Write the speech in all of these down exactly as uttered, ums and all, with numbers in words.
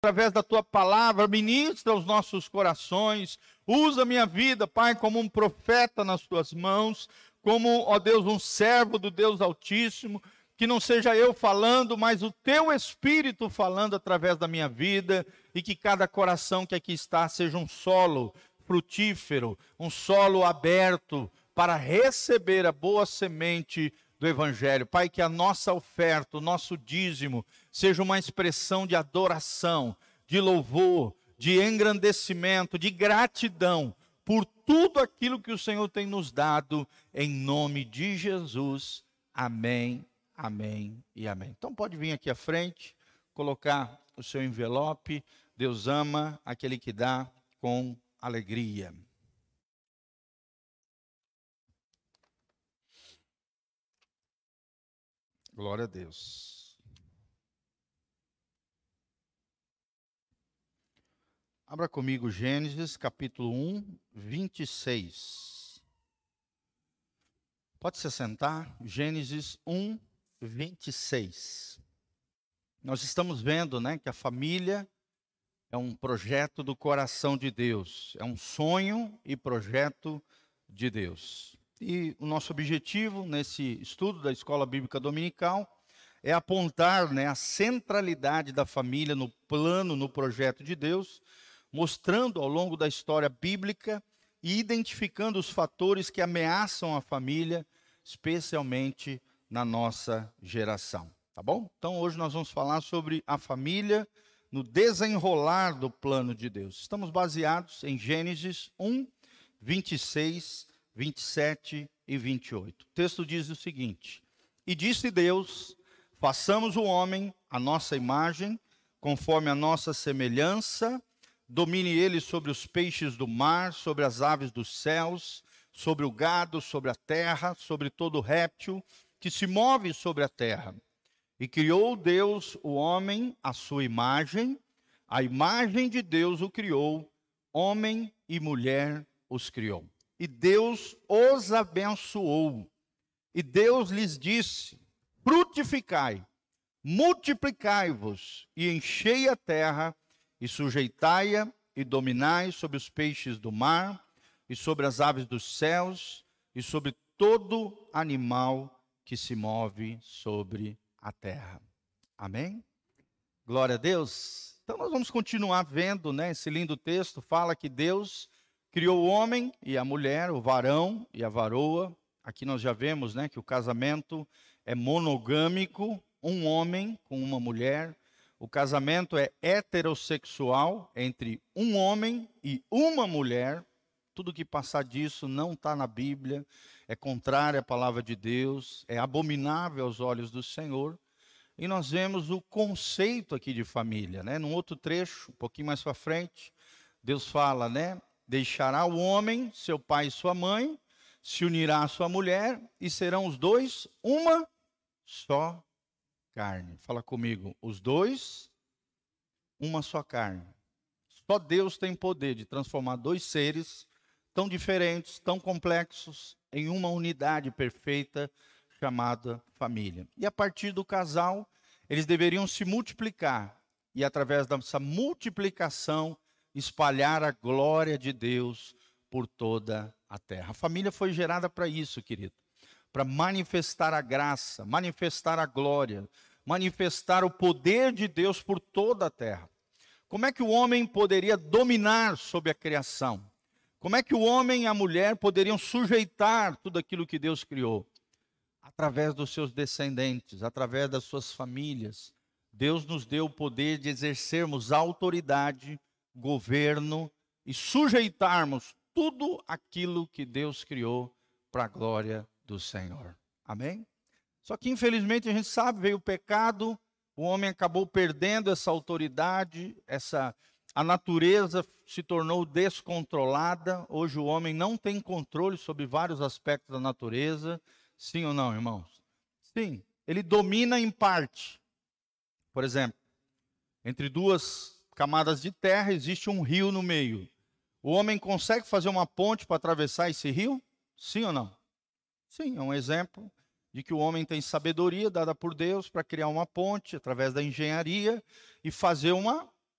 através da tua palavra, ministra os nossos corações, usa a minha vida, Pai, como um profeta nas tuas mãos, como, ó Deus, um servo do Deus Altíssimo, que não seja eu falando, mas o teu Espírito falando através da minha vida, e que cada coração que aqui está seja um solo frutífero, um solo aberto para receber a boa semente do Evangelho. Pai, que a nossa oferta, o nosso dízimo, seja uma expressão de adoração, de louvor, de engrandecimento, de gratidão por tudo aquilo que o Senhor tem nos dado, em nome de Jesus. Amém, amém e amém. Então pode vir aqui à frente, colocar o seu envelope. Deus ama aquele que dá com alegria. Glória a Deus. Abra comigo Gênesis capítulo um, vinte e seis. Pode se sentar. Gênesis um, vinte e seis. Nós estamos vendo, né, que a família é um projeto do coração de Deus. É um sonho e projeto de Deus. E o nosso objetivo nesse estudo da Escola Bíblica Dominical é apontar, né, a centralidade da família no plano, no projeto de Deus, mostrando ao longo da história bíblica e identificando os fatores que ameaçam a família, especialmente na nossa geração. Tá bom? Então hoje nós vamos falar sobre a família no desenrolar do plano de Deus. Estamos baseados em Gênesis um, vinte e seis, vinte e sete e vinte e oito. O texto diz o seguinte: E disse Deus, façamos o homem à nossa imagem, conforme a nossa semelhança, domine ele sobre os peixes do mar, sobre as aves dos céus, sobre o gado, sobre a terra, sobre todo réptil que se move sobre a terra. E criou Deus o homem à sua imagem, a imagem de Deus o criou, homem e mulher os criou. E Deus os abençoou. E Deus lhes disse: frutificai, multiplicai-vos e enchei a terra, e sujeitai-a e dominai sobre os peixes do mar, e sobre as aves dos céus, e sobre todo animal que se move sobre a terra. Amém? Glória a Deus. Então nós vamos continuar vendo, né, esse lindo texto. Fala que Deus criou o homem e a mulher, o varão e a varoa. Aqui nós já vemos, né, que o casamento é monogâmico, um homem com uma mulher. O casamento é heterossexual, entre um homem e uma mulher. Tudo que passar disso não está na Bíblia, é contrário à palavra de Deus, é abominável aos olhos do Senhor. E nós vemos o conceito aqui de família, né? Num outro trecho, um pouquinho mais para frente, Deus fala, né? Deixará o homem, seu pai e sua mãe, se unirá à sua mulher, e serão os dois uma só carne. Fala comigo, os dois, uma só carne. Só Deus tem poder de transformar dois seres tão diferentes, tão complexos, em uma unidade perfeita chamada família. E a partir do casal, eles deveriam se multiplicar e através dessa multiplicação espalhar a glória de Deus por toda a terra. A família foi gerada para isso, querido, para manifestar a graça, manifestar a glória, manifestar o poder de Deus por toda a terra. Como é que o homem poderia dominar sobre a criação? Como é que o homem e a mulher poderiam sujeitar tudo aquilo que Deus criou? Através dos seus descendentes, através das suas famílias. Deus nos deu o poder de exercermos autoridade, governo e sujeitarmos tudo aquilo que Deus criou para a glória do Senhor. Amém? Só que infelizmente a gente sabe, veio o pecado, o homem acabou perdendo essa autoridade, essa... A natureza se tornou descontrolada. Hoje o homem não tem controle sobre vários aspectos da natureza. Sim ou não, irmãos? Sim, ele domina em parte. Por exemplo, entre duas camadas de terra existe um rio no meio. O homem consegue fazer uma ponte para atravessar esse rio? Sim ou não? Sim, é um exemplo de que o homem tem sabedoria dada por Deus para criar uma ponte através da engenharia e fazer uma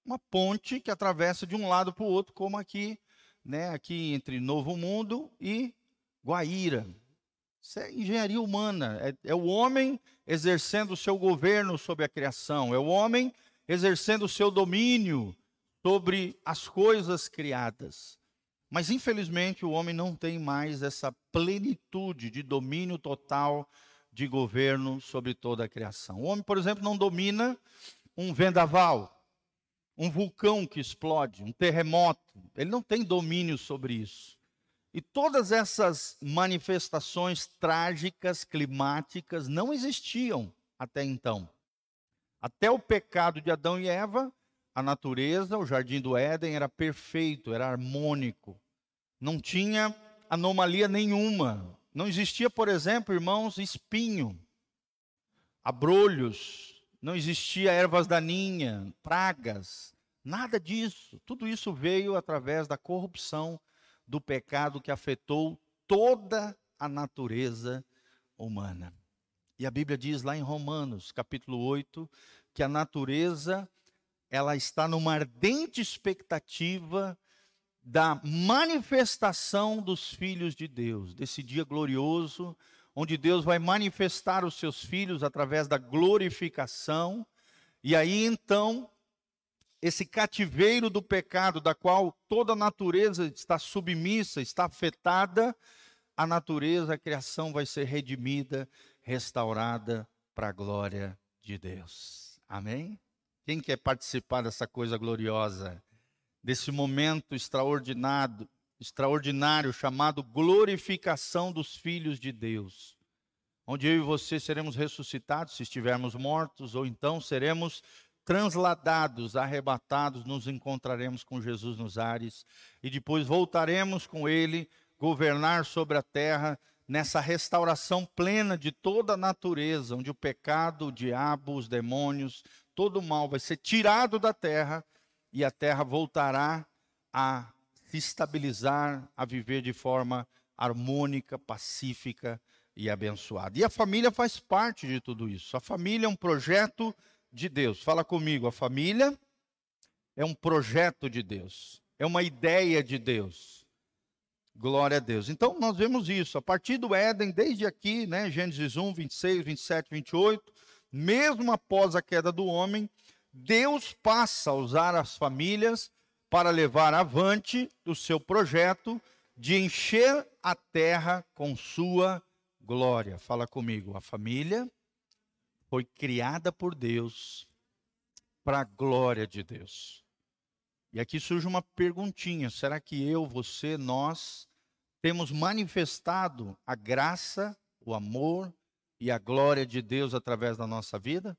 uma ponte que atravessa de um lado para o outro, como aqui, né, aqui entre Novo Mundo e Guaíra. Isso é engenharia humana, é, é o homem exercendo o seu governo sobre a criação, é o homem exercendo o seu domínio sobre as coisas criadas. Mas, infelizmente, o homem não tem mais essa plenitude de domínio total de governo sobre toda a criação. O homem, por exemplo, não domina um vendaval, um vulcão que explode, um terremoto. Ele não tem domínio sobre isso. E todas essas manifestações trágicas, climáticas, não existiam até então. Até o pecado de Adão e Eva, a natureza, o jardim do Éden era perfeito, era harmônico. Não tinha anomalia nenhuma. Não existia, por exemplo, irmãos, espinho, abrolhos, não existia ervas daninhas, pragas, nada disso. Tudo isso veio através da corrupção do pecado que afetou toda a natureza humana. E a Bíblia diz lá em Romanos, capítulo oito, que a natureza, ela está numa ardente expectativa da manifestação dos filhos de Deus, desse dia glorioso, onde Deus vai manifestar os seus filhos através da glorificação, e aí então, esse cativeiro do pecado, da qual toda a natureza está submissa, está afetada, a natureza, a criação vai ser redimida, restaurada para a glória de Deus. Amém? Quem quer participar dessa coisa gloriosa? Desse momento extraordinário, extraordinário chamado glorificação dos filhos de Deus, onde eu e você seremos ressuscitados se estivermos mortos, ou então seremos transladados, arrebatados, nos encontraremos com Jesus nos ares, e depois voltaremos com Ele, governar sobre a terra, nessa restauração plena de toda a natureza, onde o pecado, o diabo, os demônios, todo o mal vai ser tirado da terra, e a terra voltará a se estabilizar, a viver de forma harmônica, pacífica e abençoada. E a família faz parte de tudo isso. A família é um projeto de Deus. Fala comigo, a família é um projeto de Deus. É uma ideia de Deus. Glória a Deus. Então nós vemos isso. A partir do Éden, desde aqui, né, Gênesis um, vinte e seis, vinte e sete, vinte e oito, mesmo após a queda do homem, Deus passa a usar as famílias para levar avante o seu projeto de encher a terra com sua glória. Fala comigo, a família foi criada por Deus para a glória de Deus. E aqui surge uma perguntinha, será que eu, você, nós temos manifestado a graça, o amor e a glória de Deus através da nossa vida?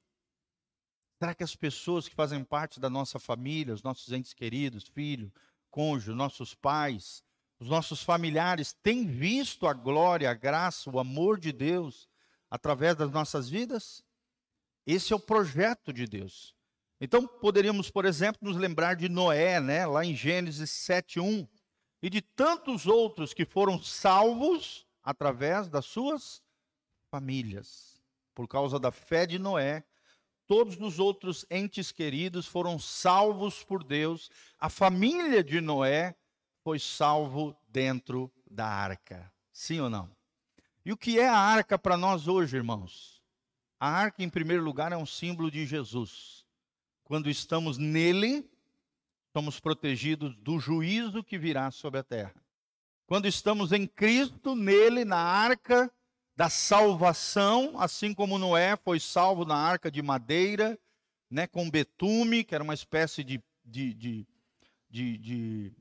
Será que as pessoas que fazem parte da nossa família, os nossos entes queridos, filho, cônjuge, nossos pais, os nossos familiares, têm visto a glória, a graça, o amor de Deus através das nossas vidas? Esse é o projeto de Deus. Então, poderíamos, por exemplo, nos lembrar de Noé, né, lá em Gênesis sete, um, e de tantos outros que foram salvos através das suas famílias. Por causa da fé de Noé, todos os outros entes queridos foram salvos por Deus. A família de Noé foi salvo dentro da arca. Sim ou não? E o que é a arca para nós hoje, irmãos? A arca, em primeiro lugar, é um símbolo de Jesus. Quando estamos nele, somos protegidos do juízo que virá sobre a terra. Quando estamos em Cristo, nele, na arca da salvação, assim como Noé foi salvo na arca de madeira, né, com betume, que era uma espécie de, de, de, de, de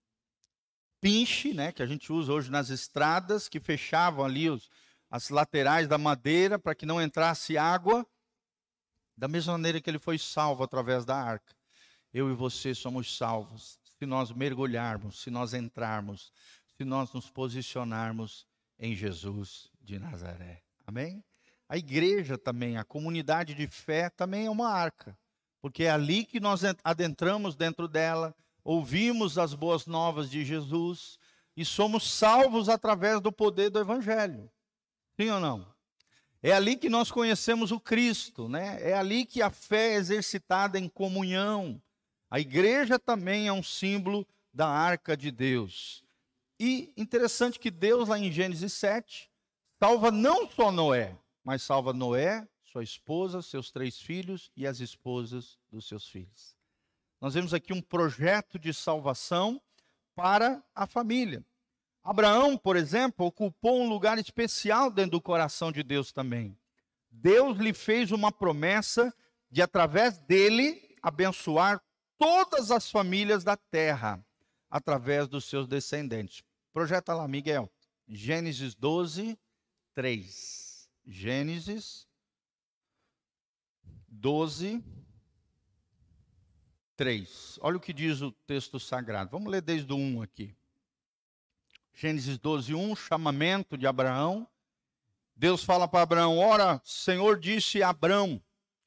pinche, né, que a gente usa hoje nas estradas, que fechavam ali os, as laterais da madeira para que não entrasse água. Da mesma maneira que ele foi salvo através da arca, eu e você somos salvos se nós mergulharmos, se nós entrarmos, se nós nos posicionarmos em Jesus de Nazaré. Amém? A igreja também, a comunidade de fé também é uma arca, porque é ali que nós adentramos dentro dela, ouvimos as boas novas de Jesus e somos salvos através do poder do Evangelho. Sim ou não? É ali que nós conhecemos o Cristo, né? É ali que a fé é exercitada em comunhão. A igreja também é um símbolo da arca de Deus. E interessante que Deus, lá em Gênesis sete, salva não só Noé, mas salva Noé, sua esposa, seus três filhos e as esposas dos seus filhos. Nós vemos aqui um projeto de salvação para a família. Abraão, por exemplo, ocupou um lugar especial dentro do coração de Deus também. Deus lhe fez uma promessa de, através dele, abençoar todas as famílias da terra, através dos seus descendentes. Projeta lá, Miguel. Gênesis doze, três. Gênesis doze, três. Olha o que diz o texto sagrado. Vamos ler desde o um aqui. Gênesis doze, um, chamamento de Abraão. Deus fala para Abraão: ora, Senhor disse a Abraão,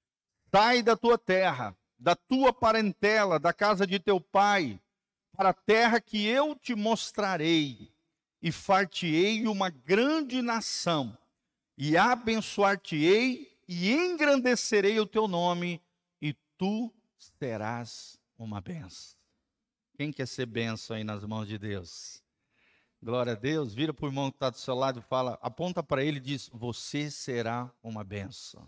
sai da tua terra, da tua parentela, da casa de teu pai, para a terra que eu te mostrarei, e far-te-ei uma grande nação, e abençoar-te-ei, e engrandecerei o teu nome, e tu serás uma bênção. Quem quer ser bênção aí nas mãos de Deus? Glória a Deus. Vira para o irmão que está do seu lado e fala, aponta para ele e diz: você será uma bênção.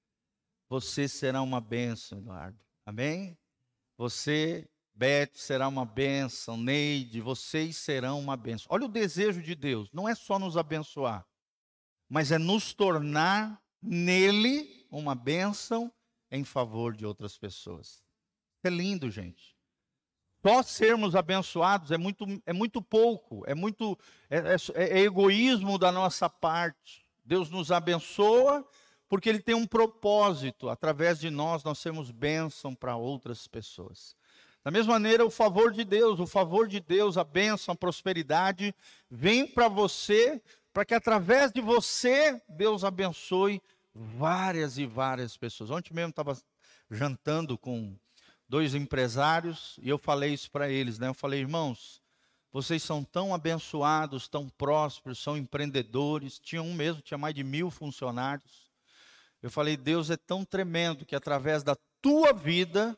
Você será uma bênção, Eduardo. Amém? Você, Beth, será uma bênção. Neide, vocês serão uma bênção. Olha o desejo de Deus. Não é só nos abençoar, mas é nos tornar nele uma bênção em favor de outras pessoas. É lindo, gente. Só sermos abençoados é muito, é muito pouco, é, muito, é, é, é egoísmo da nossa parte. Deus nos abençoa porque Ele tem um propósito. Através de nós, nós sermos bênção para outras pessoas. Da mesma maneira, o favor de Deus, o favor de Deus, a bênção, a prosperidade, vem para você, para que através de você, Deus abençoe várias e várias pessoas. Ontem mesmo estava jantando com dois empresários, e eu falei isso para eles, né? Eu falei, irmãos, vocês são tão abençoados, tão prósperos, são empreendedores. Tinha um mesmo, tinha mais de mil funcionários. Eu falei, Deus é tão tremendo que através da tua vida,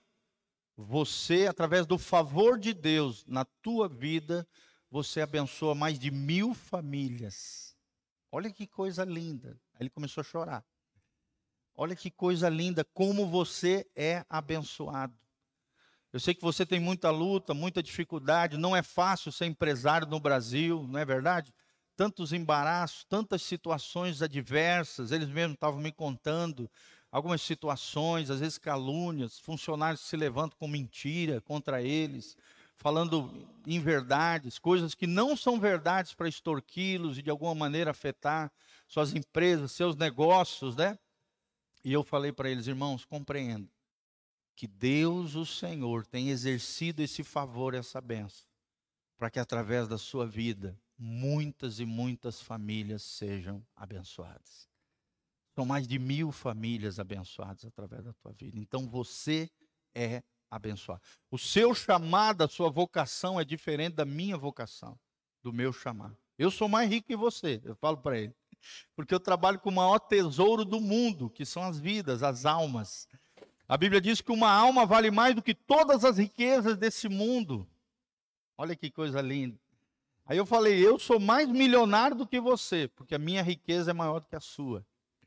você, através do favor de Deus na tua vida, você abençoa mais de mil famílias. Olha que coisa linda. Aí ele começou a chorar. Olha que coisa linda, como você é abençoado. Eu sei que você tem muita luta, muita dificuldade, não é fácil ser empresário no Brasil, não é verdade? Tantos embaraços, tantas situações adversas, eles mesmos estavam me contando algumas situações, às vezes calúnias, funcionários que se levantam com mentira contra eles, falando inverdades, coisas que não são verdades para extorquí-los e de alguma maneira afetar suas empresas, seus negócios, né? E eu falei para eles, irmãos, compreendam que Deus, o Senhor, tem exercido esse favor, essa bênção, para que através da sua vida, muitas e muitas famílias sejam abençoadas. São mais de mil famílias abençoadas através da tua vida. Então você é abençoado. O seu chamado, a sua vocação é diferente da minha vocação, do meu chamado. Eu sou mais rico que você, eu falo para ele. Porque eu trabalho com o maior tesouro do mundo, que são as vidas, as almas. A Bíblia diz que uma alma vale mais do que todas as riquezas desse mundo. Olha que coisa linda. Aí eu falei, eu sou mais milionário do que você, porque a minha riqueza é maior do que a sua.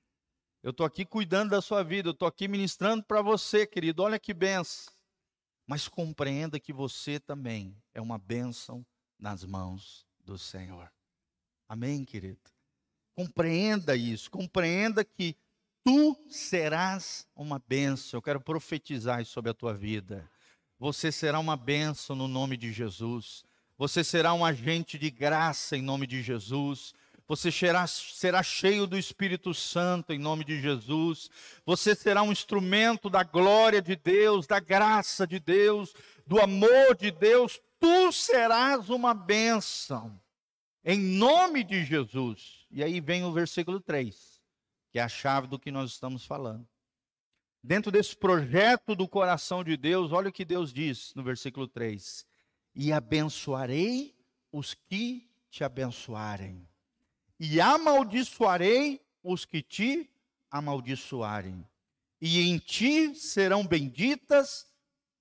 Eu estou aqui cuidando da sua vida, eu estou aqui ministrando para você, querido, olha que bênção. Mas compreenda que você também é uma bênção nas mãos do Senhor. Amém, querido? Compreenda isso, compreenda que tu serás uma bênção. Eu quero profetizar isso sobre a tua vida. Você será uma bênção no nome de Jesus. Você será um agente de graça em nome de Jesus. Você será, será cheio do Espírito Santo em nome de Jesus. Você será um instrumento da glória de Deus, da graça de Deus, do amor de Deus. Tu serás uma bênção em nome de Jesus. E aí vem o versículo três, que é a chave do que nós estamos falando. Dentro desse projeto do coração de Deus, olha o que Deus diz no versículo três. E abençoarei os que te abençoarem. E amaldiçoarei os que te amaldiçoarem. E em ti serão benditas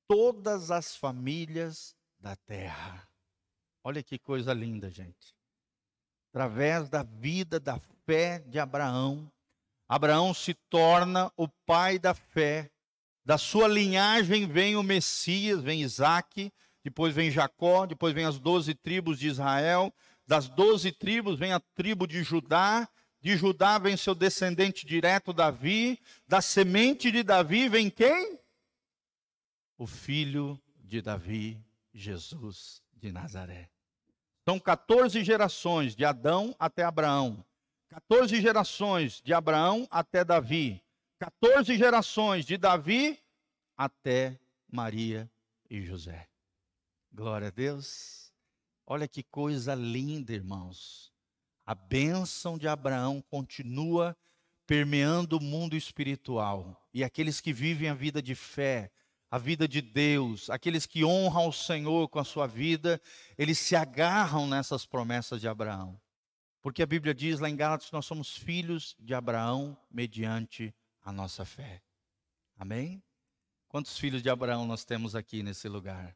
todas as famílias da terra. Olha que coisa linda, gente. Através da vida, da fé de Abraão, Abraão se torna o pai da fé. Da sua linhagem vem o Messias, vem Isaque, depois vem Jacó, depois vem as doze tribos de Israel. Das doze tribos vem a tribo de Judá. De Judá vem seu descendente direto, Davi. Da semente de Davi vem quem? O filho de Davi, Jesus de Nazaré. São quatorze gerações, de Adão até Abraão. quatorze gerações, de Abraão até Davi. quatorze gerações, de Davi até Maria e José. Glória a Deus. Olha que coisa linda, irmãos. A bênção de Abraão continua permeando o mundo espiritual. E aqueles que vivem a vida de fé, a vida de Deus, aqueles que honram o Senhor com a sua vida, eles se agarram nessas promessas de Abraão. Porque a Bíblia diz lá em Gálatas que nós somos filhos de Abraão mediante a nossa fé. Amém? Quantos filhos de Abraão nós temos aqui nesse lugar?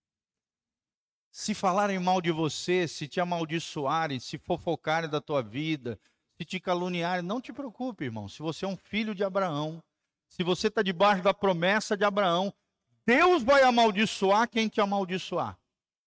Se falarem mal de você, se te amaldiçoarem, se fofocarem da tua vida, se te caluniarem, não te preocupe, irmão. Se você é um filho de Abraão, se você está debaixo da promessa de Abraão, Deus vai amaldiçoar quem te amaldiçoar.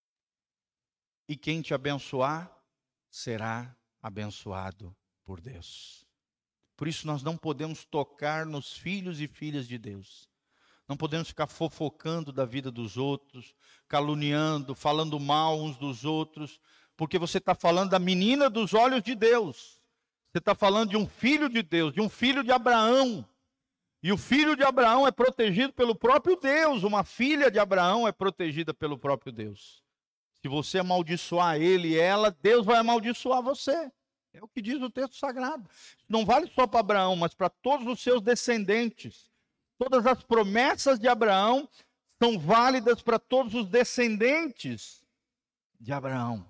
E quem te abençoar, será abençoado por Deus. Por isso nós não podemos tocar nos filhos e filhas de Deus. Não podemos ficar fofocando da vida dos outros, caluniando, falando mal uns dos outros, porque você está falando da menina dos olhos de Deus. Você está falando de um filho de Deus, de um filho de Abraão. E o filho de Abraão é protegido pelo próprio Deus. Uma filha de Abraão é protegida pelo próprio Deus. Se você amaldiçoar ele e ela, Deus vai amaldiçoar você. É o que diz o texto sagrado. Não vale só para Abraão, mas para todos os seus descendentes. Todas as promessas de Abraão são válidas para todos os descendentes de Abraão.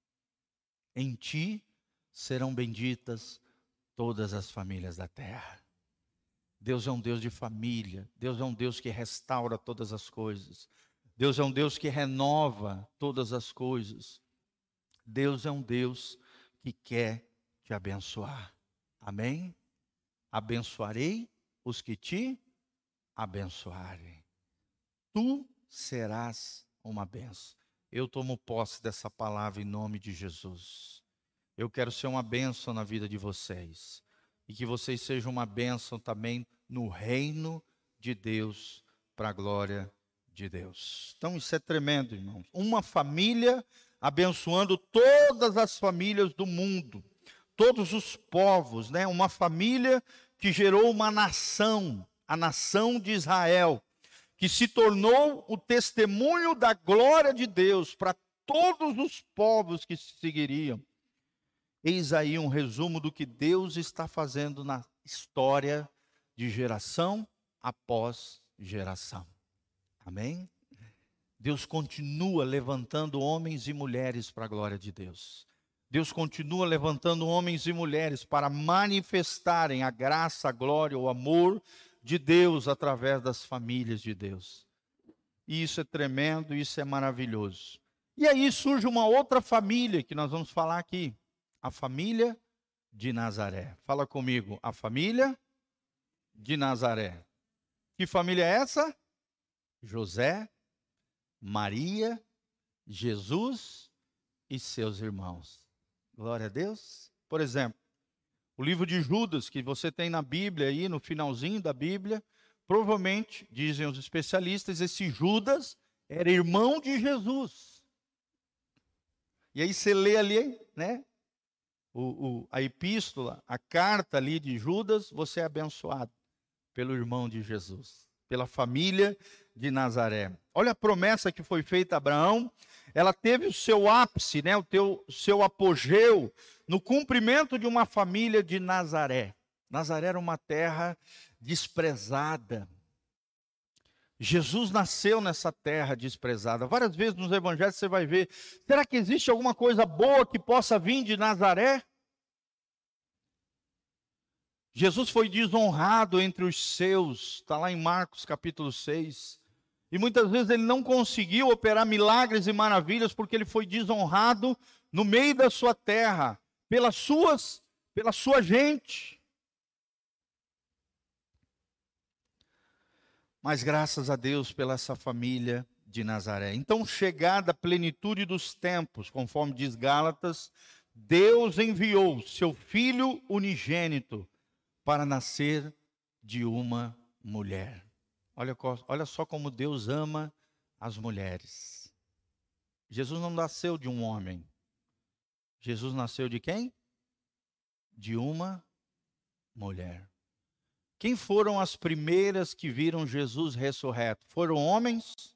Em ti serão benditas todas as famílias da terra. Deus é um Deus de família. Deus é um Deus que restaura todas as coisas. Deus é um Deus que renova todas as coisas. Deus é um Deus que quer te abençoar. Amém? Abençoarei os que te abençoarem. Tu serás uma bênção. Eu tomo posse dessa palavra em nome de Jesus. Eu quero ser uma bênção na vida de vocês. E que vocês sejam uma bênção também no reino de Deus, para a glória de Deus. Então isso é tremendo, irmãos. Uma família abençoando todas as famílias do mundo, todos os povos, né? Uma família que gerou uma nação, a nação de Israel, que se tornou o testemunho da glória de Deus para todos os povos que se seguiriam. Eis aí um resumo do que Deus está fazendo na história de geração após geração. Amém? Deus continua levantando homens e mulheres para a glória de Deus. Deus continua levantando homens e mulheres para manifestarem a graça, a glória, o amor de Deus através das famílias de Deus. E isso é tremendo, isso é maravilhoso. E aí surge uma outra família que nós vamos falar aqui. A família de Nazaré. Fala comigo, a família de Nazaré. Que família é essa? José, Maria, Jesus e seus irmãos. Glória a Deus. Por exemplo, o livro de Judas, que você tem na Bíblia aí, no finalzinho da Bíblia, provavelmente, dizem os especialistas, esse Judas era irmão de Jesus. E aí você lê ali, né? O, o, a epístola, a carta ali de Judas, você é abençoado pelo irmão de Jesus, pela família de Nazaré. Olha a promessa que foi feita a Abraão, ela teve o seu ápice, né, o teu, seu apogeu, no cumprimento de uma família de Nazaré. Nazaré era uma terra desprezada. Jesus nasceu nessa terra desprezada. Várias vezes nos evangelhos você vai ver, será que existe alguma coisa boa que possa vir de Nazaré? Jesus foi desonrado entre os seus, está lá em Marcos capítulo seis. E muitas vezes ele não conseguiu operar milagres e maravilhas porque ele foi desonrado no meio da sua terra, pelas suas, pela sua gente. Mas graças a Deus pela essa família de Nazaré. Então, chegada a plenitude dos tempos, conforme diz Gálatas, Deus enviou seu Filho unigênito para nascer de uma mulher. Olha, olha só como Deus ama as mulheres. Jesus não nasceu de um homem. Jesus nasceu de quem? De uma mulher. Quem foram as primeiras que viram Jesus ressurreto? Foram homens?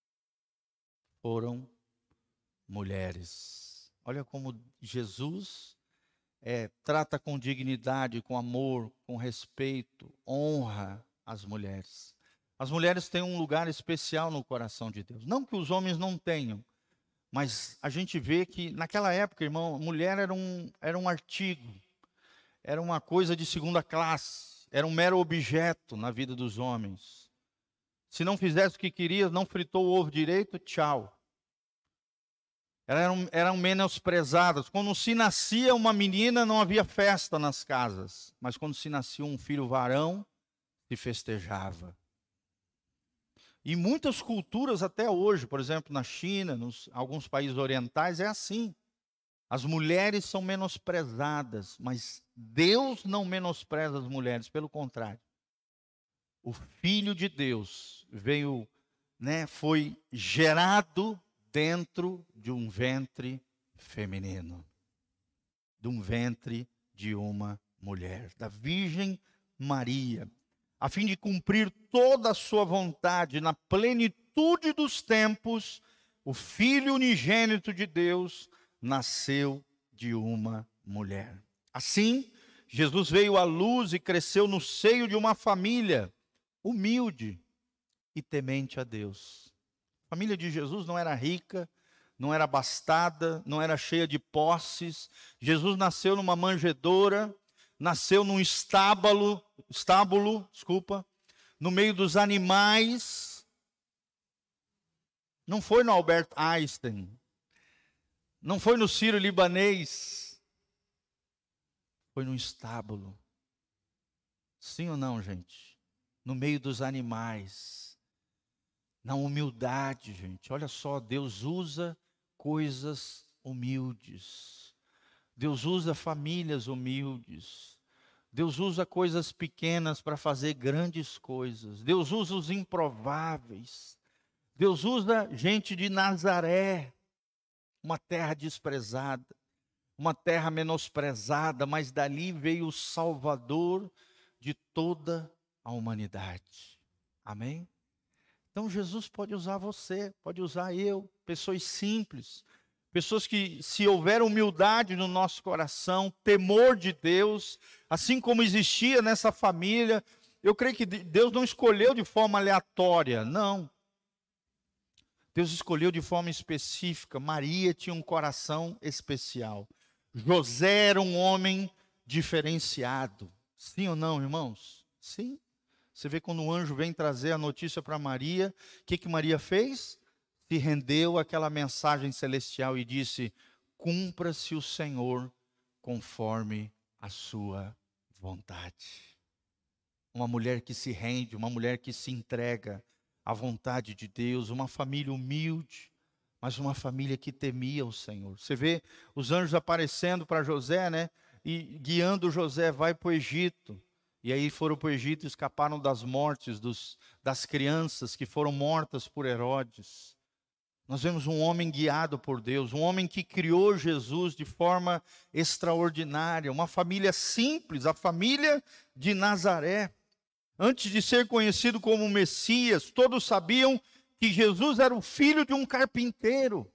Foram mulheres. Olha como Jesus é, trata com dignidade, com amor, com respeito, honra as mulheres. As mulheres têm um lugar especial no coração de Deus. Não que os homens não tenham, mas a gente vê que naquela época, irmão, a mulher era um, era um artigo, era uma coisa de segunda classe, era um mero objeto na vida dos homens. Se não fizesse o que queria, não fritou o ovo direito, tchau. Eram, eram menosprezadas. Quando se nascia uma menina, não havia festa nas casas. Mas quando se nascia um filho varão, se festejava. E muitas culturas até hoje, por exemplo, na China, nos alguns países orientais, é assim. As mulheres são menosprezadas, mas Deus não menospreza as mulheres, pelo contrário. O Filho de Deus veio, né, foi gerado dentro de um ventre feminino, de um ventre de uma mulher, da Virgem Maria, a fim de cumprir toda a sua vontade na plenitude dos tempos. O Filho unigênito de Deus nasceu de uma mulher. Assim, Jesus veio à luz e cresceu no seio de uma família humilde e temente a Deus. A família de Jesus não era rica, não era abastada, não era cheia de posses. Jesus nasceu numa manjedoura, nasceu num estábulo, estábulo, desculpa, no meio dos animais. Não foi no Albert Einstein, não foi no Sírio-Libanês, foi num estábulo. Sim ou não, gente? No meio dos animais. Na humildade, gente. Olha só, Deus usa coisas humildes. Deus usa famílias humildes. Deus usa coisas pequenas para fazer grandes coisas. Deus usa os improváveis. Deus usa gente de Nazaré, uma terra desprezada, uma terra menosprezada, mas dali veio o Salvador de toda a humanidade. Amém? Então Jesus pode usar você, pode usar eu, pessoas simples, pessoas que, se houver humildade no nosso coração, temor de Deus, assim como existia nessa família, eu creio que Deus não escolheu de forma aleatória, não. Deus escolheu de forma específica. Maria tinha um coração especial. José era um homem diferenciado. Sim ou não, irmãos? Sim. Você vê quando o anjo vem trazer a notícia para Maria, o que, que Maria fez? Se rendeu àquela mensagem celestial e disse: cumpra-se o Senhor conforme a sua vontade. Uma mulher que se rende, uma mulher que se entrega à vontade de Deus, uma família humilde, mas uma família que temia o Senhor. Você vê os anjos aparecendo para José, né? E guiando José, vai para o Egito. E aí foram para o Egito e escaparam das mortes dos, das crianças que foram mortas por Herodes. Nós vemos um homem guiado por Deus, um homem que criou Jesus de forma extraordinária, uma família simples, a família de Nazaré. Antes de ser conhecido como Messias, todos sabiam que Jesus era o filho de um carpinteiro.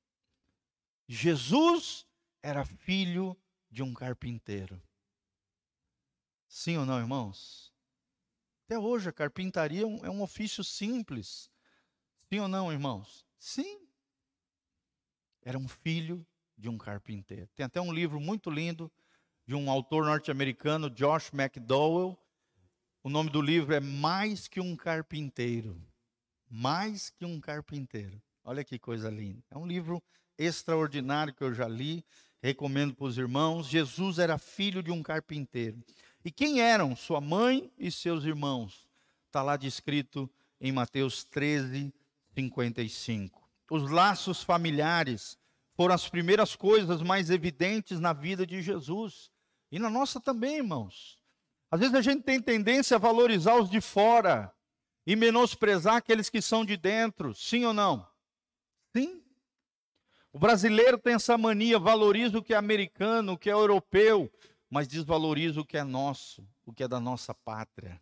Jesus era filho de um carpinteiro. Sim ou não, irmãos? Até hoje a carpintaria é um ofício simples. Sim ou não, irmãos? Sim. Era um filho de um carpinteiro. Tem até um livro muito lindo de um autor norte-americano, Josh McDowell. O nome do livro é Mais que um Carpinteiro. Mais que um carpinteiro. Olha que coisa linda. É um livro extraordinário que eu já li, recomendo para os irmãos. Jesus era filho de um carpinteiro. E quem eram sua mãe e seus irmãos? Está lá descrito em Mateus treze, cinquenta e cinco. Os laços familiares foram as primeiras coisas mais evidentes na vida de Jesus. E na nossa também, irmãos. Às vezes a gente tem tendência a valorizar os de fora e menosprezar aqueles que são de dentro. Sim ou não? Sim. O brasileiro tem essa mania, valoriza o que é americano, o que é europeu, mas desvaloriza o que é nosso, o que é da nossa pátria.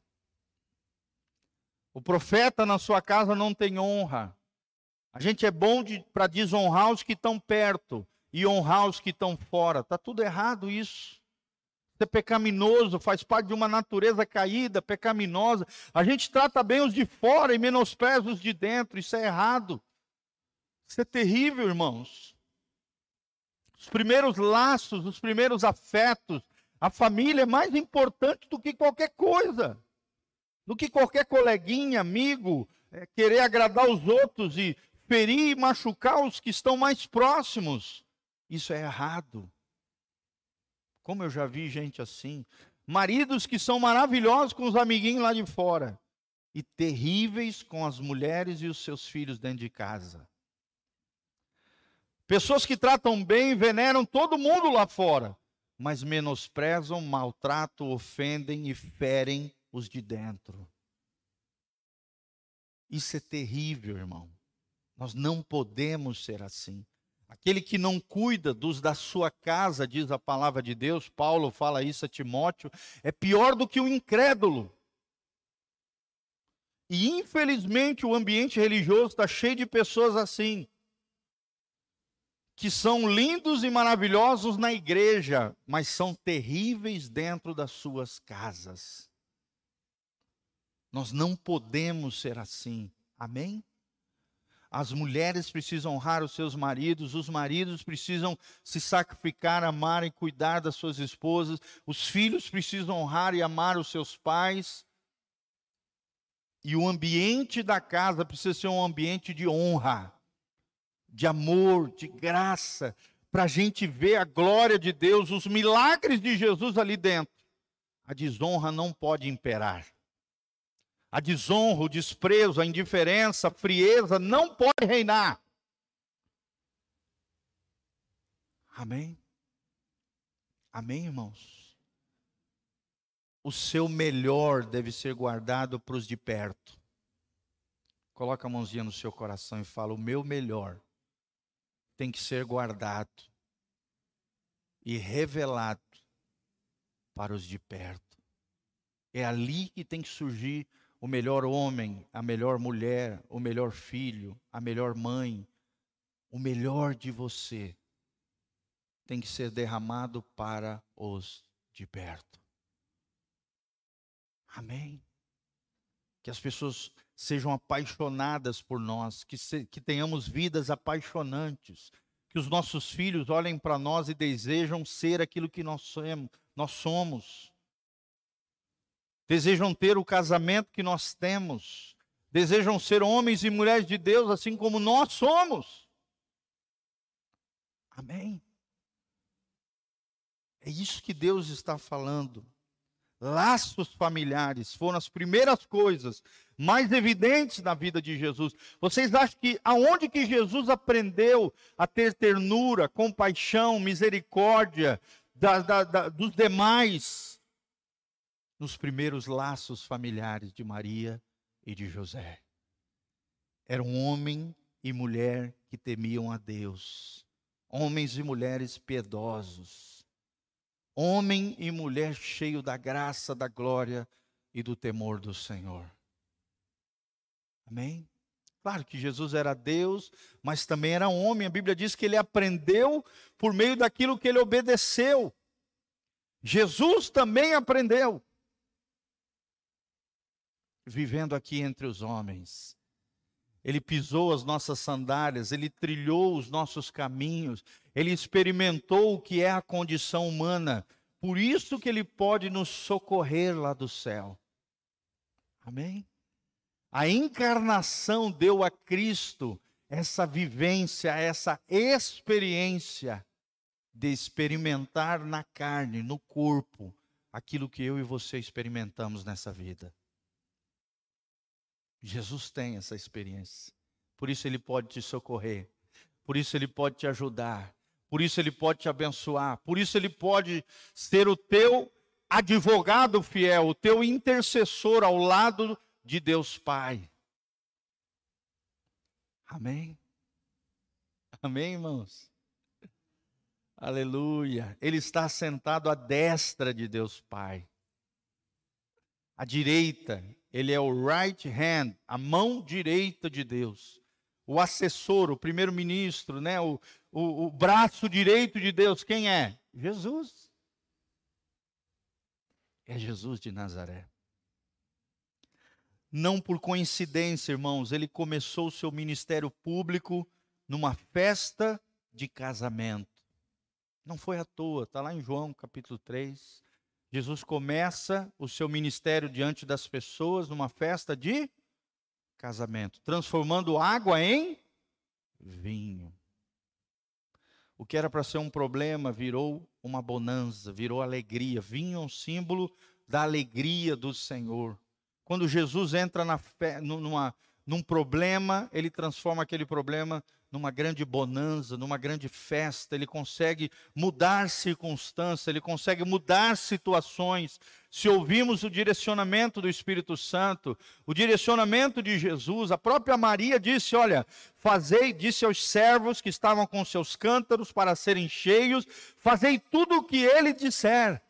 O profeta na sua casa não tem honra. A gente é bom de, para desonrar os que estão perto e honrar os que estão fora. Está tudo errado isso. Isso é pecaminoso, faz parte de uma natureza caída, pecaminosa. A gente trata bem os de fora e menospreza os de dentro. Isso é errado. Isso é terrível, irmãos. Os primeiros laços, os primeiros afetos, a família é mais importante do que qualquer coisa. Do que qualquer coleguinha, amigo, é, querer agradar os outros e ferir e machucar os que estão mais próximos. Isso é errado. Como eu já vi gente assim. Maridos que são maravilhosos com os amiguinhos lá de fora. E terríveis com as mulheres e os seus filhos dentro de casa. Pessoas que tratam bem e veneram todo mundo lá fora. Mas menosprezam, maltratam, ofendem e ferem os de dentro. Isso é terrível, irmão. Nós não podemos ser assim. Aquele que não cuida dos da sua casa, diz a palavra de Deus, Paulo fala isso a Timóteo, é pior do que o incrédulo. E infelizmente o ambiente religioso está cheio de pessoas assim, que são lindos e maravilhosos na igreja, mas são terríveis dentro das suas casas. Nós não podemos ser assim, amém? As mulheres precisam honrar os seus maridos, os maridos precisam se sacrificar, amar e cuidar das suas esposas, os filhos precisam honrar e amar os seus pais. E o ambiente da casa precisa ser um ambiente de honra, de amor, de graça, para a gente ver a glória de Deus, os milagres de Jesus ali dentro. A desonra não pode imperar. A desonra, o desprezo, a indiferença, a frieza não pode reinar. Amém? Amém, irmãos? O seu melhor deve ser guardado para os de perto. Coloca a mãozinha no seu coração e fala, o meu melhor tem que ser guardado e revelado para os de perto. É ali que tem que surgir o melhor homem, a melhor mulher, o melhor filho, a melhor mãe. O melhor de você tem que ser derramado para os de perto. Amém? Que as pessoas sejam apaixonadas por nós, que, se, que tenhamos vidas apaixonantes, que os nossos filhos olhem para nós e desejam ser aquilo que nós somos. Nós somos. Desejam ter o casamento que nós temos, desejam ser homens e mulheres de Deus, assim como nós somos. Amém? É isso que Deus está falando. Laços familiares foram as primeiras coisas mais evidentes na vida de Jesus. Vocês acham que aonde que Jesus aprendeu a ter ternura, compaixão, misericórdia da, da, da, dos demais? Nos primeiros laços familiares de Maria e de José. Era um homem e mulher que temiam a Deus. Homens e mulheres piedosos. Homem e mulher cheio da graça, da glória e do temor do Senhor. Amém? Claro que Jesus era Deus, mas também era homem. A Bíblia diz que ele aprendeu por meio daquilo que ele obedeceu. Jesus também aprendeu. Vivendo aqui entre os homens. Ele pisou as nossas sandálias, ele trilhou os nossos caminhos, ele experimentou o que é a condição humana. Por isso que ele pode nos socorrer lá do céu. Amém? A encarnação deu a Cristo essa vivência, essa experiência de experimentar na carne, no corpo, aquilo que eu e você experimentamos nessa vida. Jesus tem essa experiência. Por isso Ele pode te socorrer. Por isso Ele pode te ajudar. Por isso Ele pode te abençoar. Por isso Ele pode ser o teu advogado fiel, o teu intercessor ao lado de Deus Pai. Amém? Amém, irmãos? Aleluia. Ele está sentado à destra de Deus Pai. À direita, Ele é o right hand, a mão direita de Deus. O assessor, o primeiro-ministro, né? o, o, o braço direito de Deus, quem é? Jesus. É Jesus de Nazaré. Não por coincidência, irmãos, Ele começou o seu ministério público numa festa de casamento. Não foi à toa, está lá em João capítulo três. Jesus começa o seu ministério diante das pessoas numa festa de casamento, transformando água em vinho. O que era para ser um problema virou uma bonança, virou alegria. Vinho é um símbolo da alegria do Senhor. Quando Jesus entra na fe... numa... num problema, Ele transforma aquele problema numa grande bonança, numa grande festa. Ele consegue mudar circunstâncias, Ele consegue mudar situações. Se ouvimos o direcionamento do Espírito Santo, o direcionamento de Jesus, a própria Maria disse, olha, fazei, disse aos servos que estavam com seus cântaros para serem cheios, fazei tudo o que Ele disser.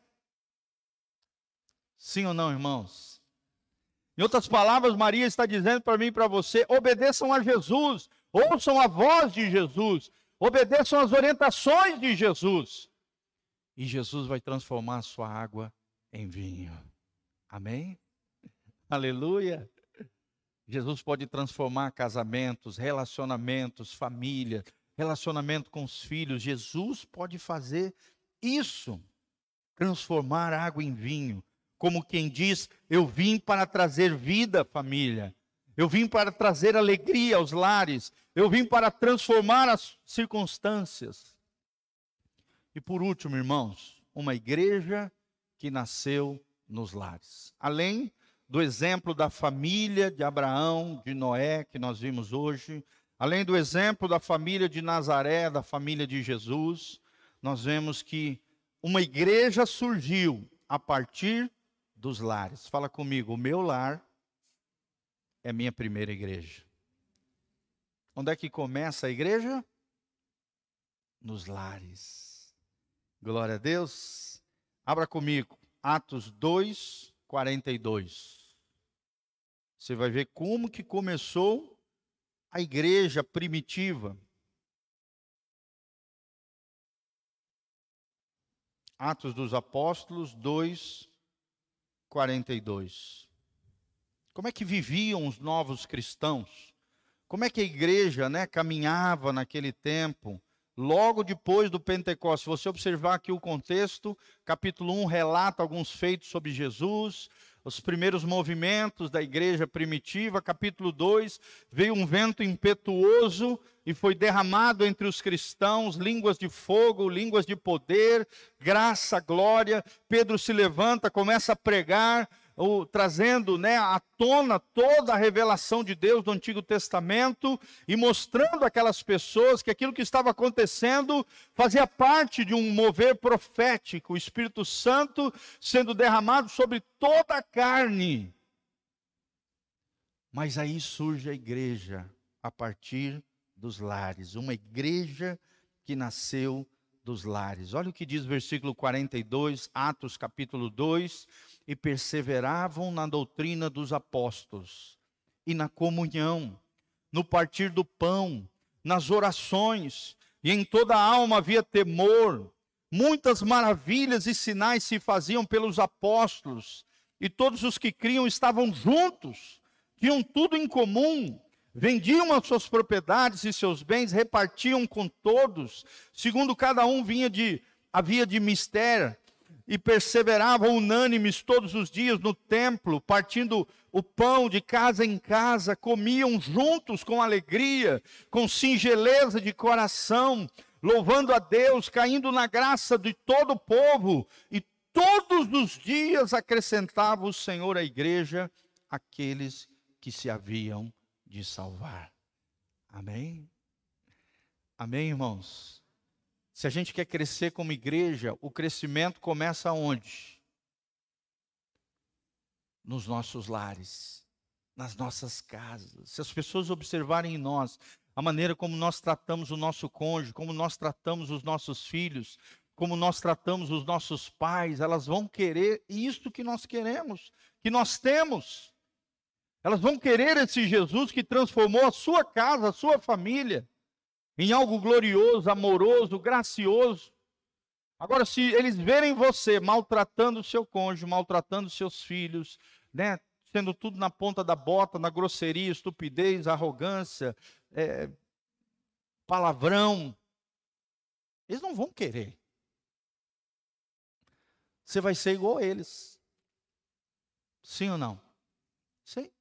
Sim ou não, irmãos? Em outras palavras, Maria está dizendo para mim e para você, obedeçam a Jesus, ouçam a voz de Jesus, obedeçam as orientações de Jesus. E Jesus vai transformar a sua água em vinho. Amém? Aleluia! Jesus pode transformar casamentos, relacionamentos, família, relacionamento com os filhos. Jesus pode fazer isso, transformar água em vinho. Como quem diz, eu vim para trazer vida à família. Eu vim para trazer alegria aos lares. Eu vim para transformar as circunstâncias. E por último, irmãos, uma igreja que nasceu nos lares. Além do exemplo da família de Abraão, de Noé, que nós vimos hoje, além do exemplo da família de Nazaré, da família de Jesus, nós vemos que uma igreja surgiu a partir dos lares. Fala comigo, o meu lar é minha primeira igreja. Onde é que começa a igreja? Nos lares. Glória a Deus. Abra comigo, Atos dois, quarenta e dois. Você vai ver como que começou a igreja primitiva. Atos dos Apóstolos dois, quarenta e dois. Como é que viviam os novos cristãos? Como é que a igreja, né, caminhava naquele tempo, logo depois do Pentecostes? Se você observar aqui o contexto, capítulo um relata alguns feitos sobre Jesus, os primeiros movimentos da igreja primitiva. Capítulo dois, veio um vento impetuoso e foi derramado entre os cristãos línguas de fogo, línguas de poder, graça, glória. Pedro se levanta, começa a pregar, ou, trazendo, né, à tona toda a revelação de Deus do Antigo Testamento e mostrando àquelas pessoas que aquilo que estava acontecendo fazia parte de um mover profético, o Espírito Santo sendo derramado sobre toda a carne. Mas aí surge a igreja a partir dos lares, uma igreja que nasceu dos lares. Olha o que diz o versículo quarenta e dois, Atos capítulo dois, e perseveravam na doutrina dos apóstolos, e na comunhão, no partir do pão, nas orações, e em toda a alma havia temor. Muitas maravilhas e sinais se faziam pelos apóstolos, e todos os que criam estavam juntos, tinham tudo em comum, vendiam as suas propriedades e seus bens, repartiam com todos, segundo cada um vinha de, havia de mistério. e perseveravam unânimes todos os dias no templo, partindo o pão de casa em casa, comiam juntos com alegria, com singeleza de coração, louvando a Deus, caindo na graça de todo o povo, e todos os dias acrescentava o Senhor à igreja aqueles que se haviam de salvar. Amém? Amém, irmãos? Se a gente quer crescer como igreja, o crescimento começa onde? Nos nossos lares, nas nossas casas. Se as pessoas observarem em nós a maneira como nós tratamos o nosso cônjuge, como nós tratamos os nossos filhos, como nós tratamos os nossos pais, elas vão querer isso que nós queremos, que nós temos. Elas vão querer esse Jesus que transformou a sua casa, a sua família, em algo glorioso, amoroso, gracioso. Agora, se eles verem você maltratando o seu cônjuge, maltratando seus filhos, né, sendo tudo na ponta da bota, na grosseria, estupidez, arrogância, é, palavrão, eles não vão querer. Você vai ser igual a eles. Sim ou não? Sim.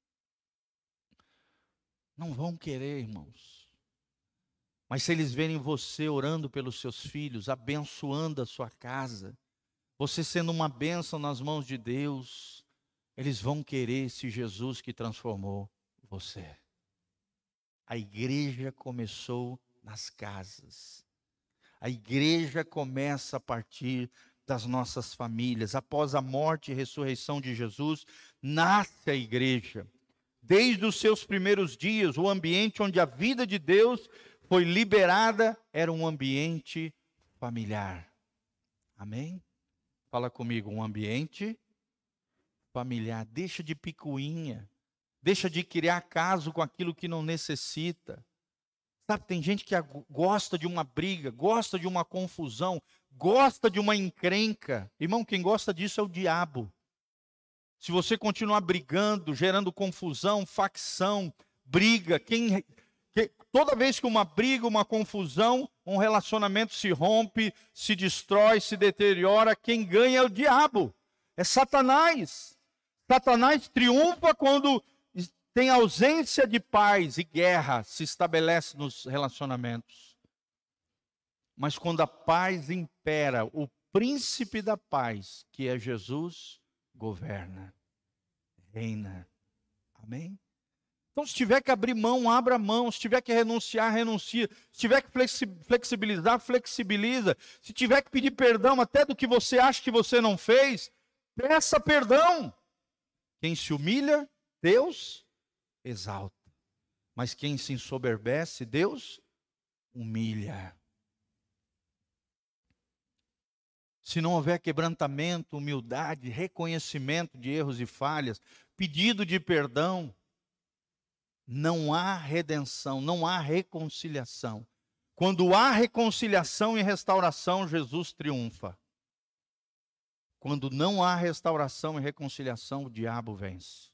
Não vão querer, irmãos. Mas se eles verem você orando pelos seus filhos, abençoando a sua casa, você sendo uma bênção nas mãos de Deus, eles vão querer esse Jesus que transformou você. A igreja começou nas casas. A igreja começa a partir das nossas famílias. Após a morte e ressurreição de Jesus, nasce a igreja. Desde os seus primeiros dias, o ambiente onde a vida de Deus foi liberada era um ambiente familiar. Amém? Fala comigo, um ambiente familiar. Deixa de picuinha. Deixa de criar caso com aquilo que não necessita. Sabe, tem gente que gosta de uma briga, gosta de uma confusão, gosta de uma encrenca. Irmão, quem gosta disso é o diabo. Se você continuar brigando, gerando confusão, facção, briga, quem... Toda vez que uma briga, uma confusão, um relacionamento se rompe, se destrói, se deteriora, quem ganha é o diabo, é Satanás. Satanás triunfa quando tem ausência de paz e guerra se estabelece nos relacionamentos. Mas quando a paz impera, o príncipe da paz, que é Jesus, governa, reina. Amém? Então, se tiver que abrir mão, abra mão. Se tiver que renunciar, renuncia. Se tiver que flexibilizar, flexibiliza. Se tiver que pedir perdão até do que você acha que você não fez, peça perdão. Quem se humilha, Deus exalta. Mas quem se ensoberbece, Deus humilha. Se não houver quebrantamento, humildade, reconhecimento de erros e falhas, pedido de perdão, não há redenção, não há reconciliação. Quando há reconciliação e restauração, Jesus triunfa. Quando não há restauração e reconciliação, o diabo vence.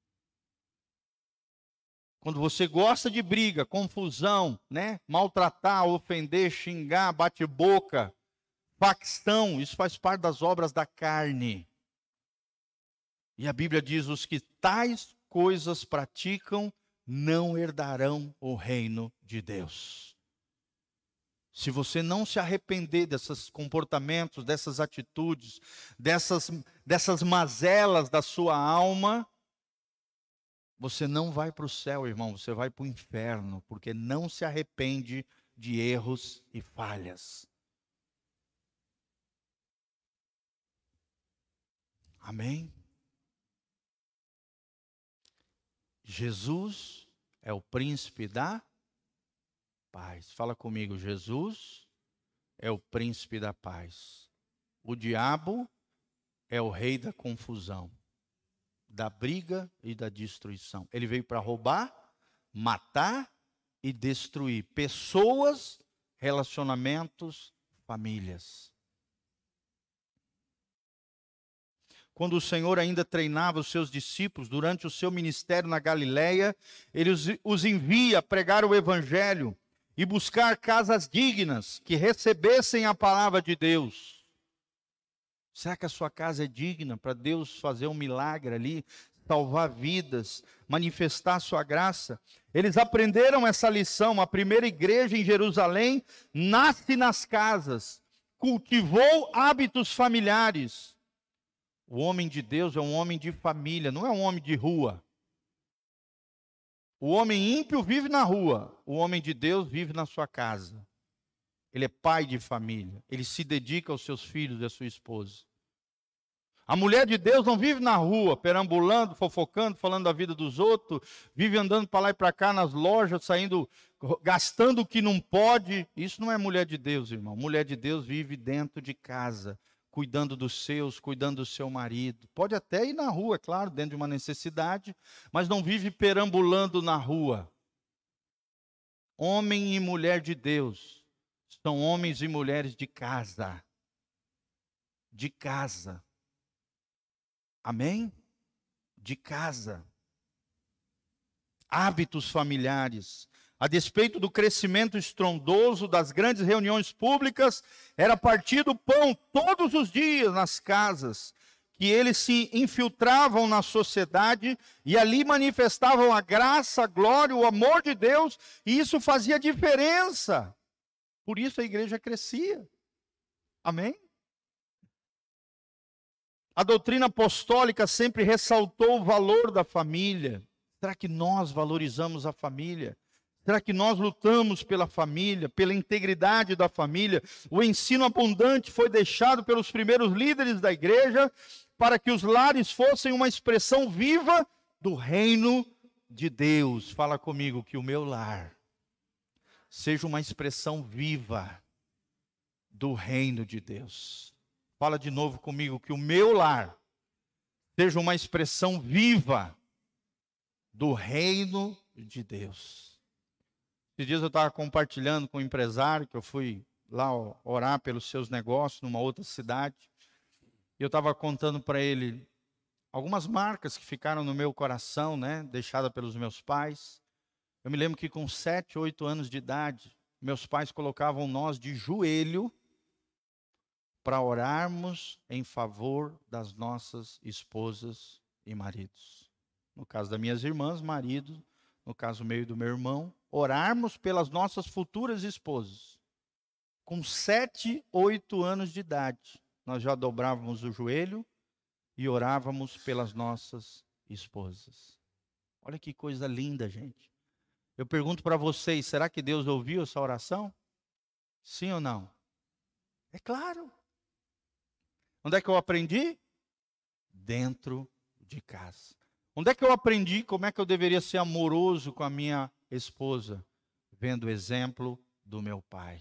Quando você gosta de briga, confusão, né? Maltratar, ofender, xingar, bate-boca, facção, isso faz parte das obras da carne. E a Bíblia diz: os que tais coisas praticam não herdarão o reino de Deus. Se você não se arrepender desses comportamentos, dessas atitudes, dessas, dessas mazelas da sua alma, você não vai para o céu, irmão, você vai para o inferno, porque não se arrepende de erros e falhas. Amém? Jesus é o príncipe da paz. Fala comigo, Jesus é o príncipe da paz. O diabo é o rei da confusão, da briga e da destruição. Ele veio para roubar, matar e destruir pessoas, relacionamentos, famílias. Quando o Senhor ainda treinava os seus discípulos durante o seu ministério na Galileia, ele os, os envia a pregar o evangelho e buscar casas dignas que recebessem a palavra de Deus. Será que a sua casa é digna para Deus fazer um milagre ali, salvar vidas, manifestar a sua graça? Eles aprenderam essa lição. A primeira igreja em Jerusalém nasce nas casas, cultivou hábitos familiares. O homem de Deus é um homem de família, não é um homem de rua. O homem ímpio vive na rua, o homem de Deus vive na sua casa. Ele é pai de família, ele se dedica aos seus filhos e à sua esposa. A mulher de Deus não vive na rua, perambulando, fofocando, falando da vida dos outros, vive andando para lá e para cá nas lojas, saindo, gastando o que não pode. Isso não é mulher de Deus, irmão. Mulher de Deus vive dentro de casa, cuidando dos seus, cuidando do seu marido. Pode até ir na rua, é claro, dentro de uma necessidade, mas não vive perambulando na rua. Homem e mulher de Deus são homens e mulheres de casa. De casa. Amém? De casa. Hábitos familiares. A despeito do crescimento estrondoso das grandes reuniões públicas, era partido pão todos os dias nas casas, que eles se infiltravam na sociedade e ali manifestavam a graça, a glória, o amor de Deus, e isso fazia diferença. Por isso a igreja crescia. Amém? A doutrina apostólica sempre ressaltou o valor da família. Será que nós valorizamos a família? Será que nós lutamos pela família, pela integridade da família? O ensino abundante foi deixado pelos primeiros líderes da igreja para que os lares fossem uma expressão viva do reino de Deus. Fala comigo, que o meu lar seja uma expressão viva do reino de Deus. Fala de novo comigo, que o meu lar seja uma expressão viva do reino de Deus. Esses dias eu estava compartilhando com um empresário, que eu fui lá orar pelos seus negócios numa outra cidade. E eu estava contando para ele algumas marcas que ficaram no meu coração, né, deixadas pelos meus pais. Eu me lembro que com sete, oito anos de idade, meus pais colocavam nós de joelho para orarmos em favor das nossas esposas e maridos. No caso das minhas irmãs, marido, no caso meu e do meu irmão, orarmos pelas nossas futuras esposas. Com sete, oito anos de idade, nós já dobrávamos o joelho e orávamos pelas nossas esposas. Olha que coisa linda, gente. Eu pergunto para vocês, será que Deus ouviu essa oração? Sim ou não? É claro. Onde é que eu aprendi? Dentro de casa. Onde é que eu aprendi como é que eu deveria ser amoroso com a minha esposa? Vendo o exemplo do meu pai.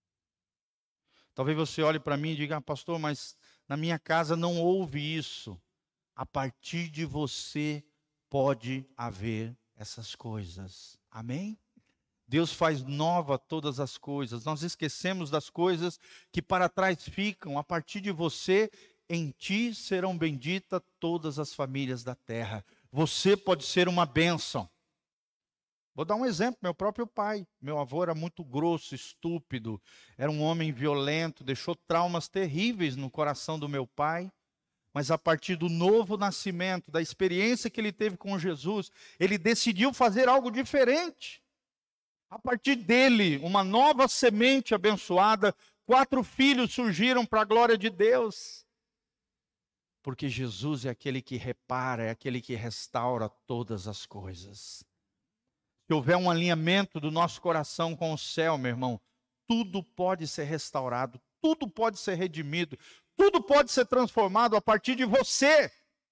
Talvez você olhe para mim e diga, ah, pastor, mas na minha casa não houve isso. A partir de você pode haver essas coisas. Amém? Deus faz nova todas as coisas. Nós esquecemos das coisas que para trás ficam. A partir de você, em ti serão benditas todas as famílias da terra. Você pode ser uma bênção. Vou dar um exemplo, meu próprio pai. Meu avô era muito grosso, estúpido. Era um homem violento, deixou traumas terríveis no coração do meu pai. Mas a partir do novo nascimento, da experiência que ele teve com Jesus, ele decidiu fazer algo diferente. A partir dele, uma nova semente abençoada, quatro filhos surgiram para a glória de Deus. Porque Jesus é aquele que repara, é aquele que restaura todas as coisas. Se houver um alinhamento do nosso coração com o céu, meu irmão, tudo pode ser restaurado, tudo pode ser redimido, tudo pode ser transformado a partir de você.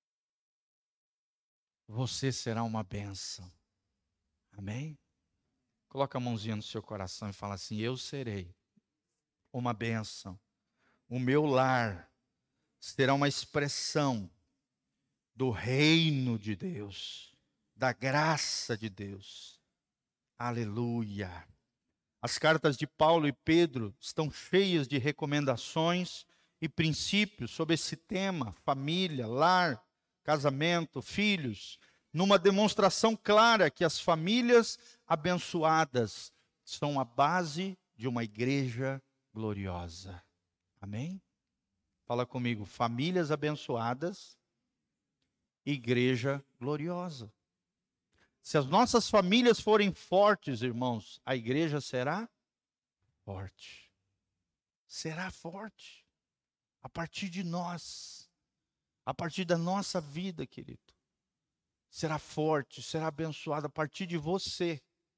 Você será uma bênção. Amém? Coloca a mãozinha no seu coração e fala assim, eu serei uma bênção. O meu lar será uma expressão do reino de Deus, da graça de Deus. Aleluia. As cartas de Paulo e Pedro estão cheias de recomendações e princípios sobre esse tema, família, lar, casamento, filhos, numa demonstração clara que as famílias abençoadas são a base de uma igreja gloriosa. Amém? Fala comigo, famílias abençoadas, igreja gloriosa. Se as nossas famílias forem fortes, irmãos, a igreja será forte. Será forte. A partir de nós. A partir da nossa vida, querido. Será forte, será abençoada a partir de você.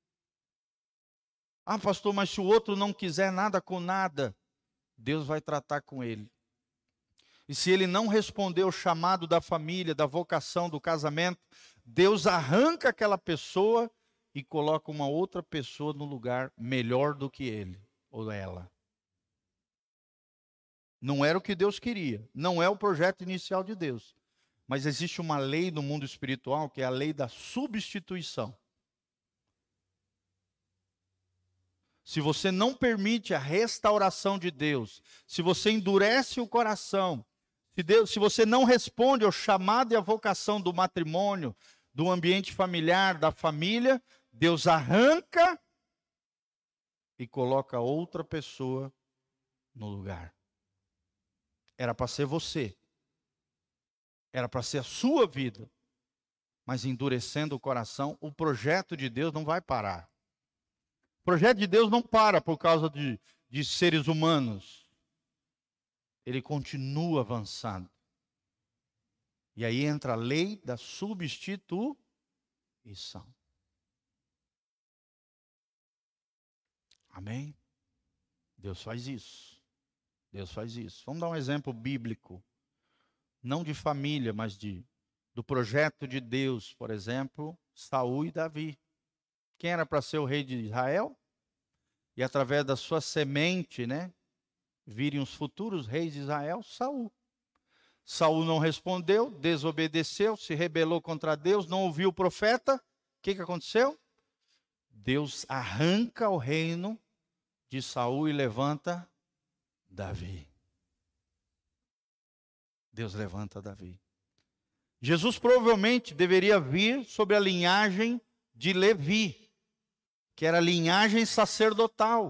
Ah, pastor, mas se o outro não quiser nada com nada, Deus vai tratar com ele. E se ele não responder ao chamado da família, da vocação, do casamento, Deus arranca aquela pessoa e coloca uma outra pessoa no lugar melhor do que ele ou ela. Não era o que Deus queria, não é o projeto inicial de Deus. Mas existe uma lei no mundo espiritual que é a lei da substituição. Se você não permite a restauração de Deus, se você endurece o coração, se, Deus, se você não responde ao chamado e à vocação do matrimônio, do ambiente familiar, da família, Deus arranca e coloca outra pessoa no lugar. Era para ser você. Era para ser a sua vida. Mas endurecendo o coração, o projeto de Deus não vai parar. O projeto de Deus não para por causa de, de seres humanos. Ele continua avançando. E aí entra a lei da substituição. Amém? Deus faz isso. Deus faz isso. Vamos dar um exemplo bíblico. Não de família, mas de, do projeto de Deus. Por exemplo, Saul e Davi. Quem era para ser o rei de Israel? E através da sua semente, né, virem os futuros reis de Israel, Saul. Saul não respondeu, desobedeceu, se rebelou contra Deus, não ouviu o profeta. O que, que aconteceu? Deus arranca o reino de Saul e levanta Davi. Deus levanta Davi. Jesus provavelmente deveria vir sobre a linhagem de Levi, que era a linhagem sacerdotal,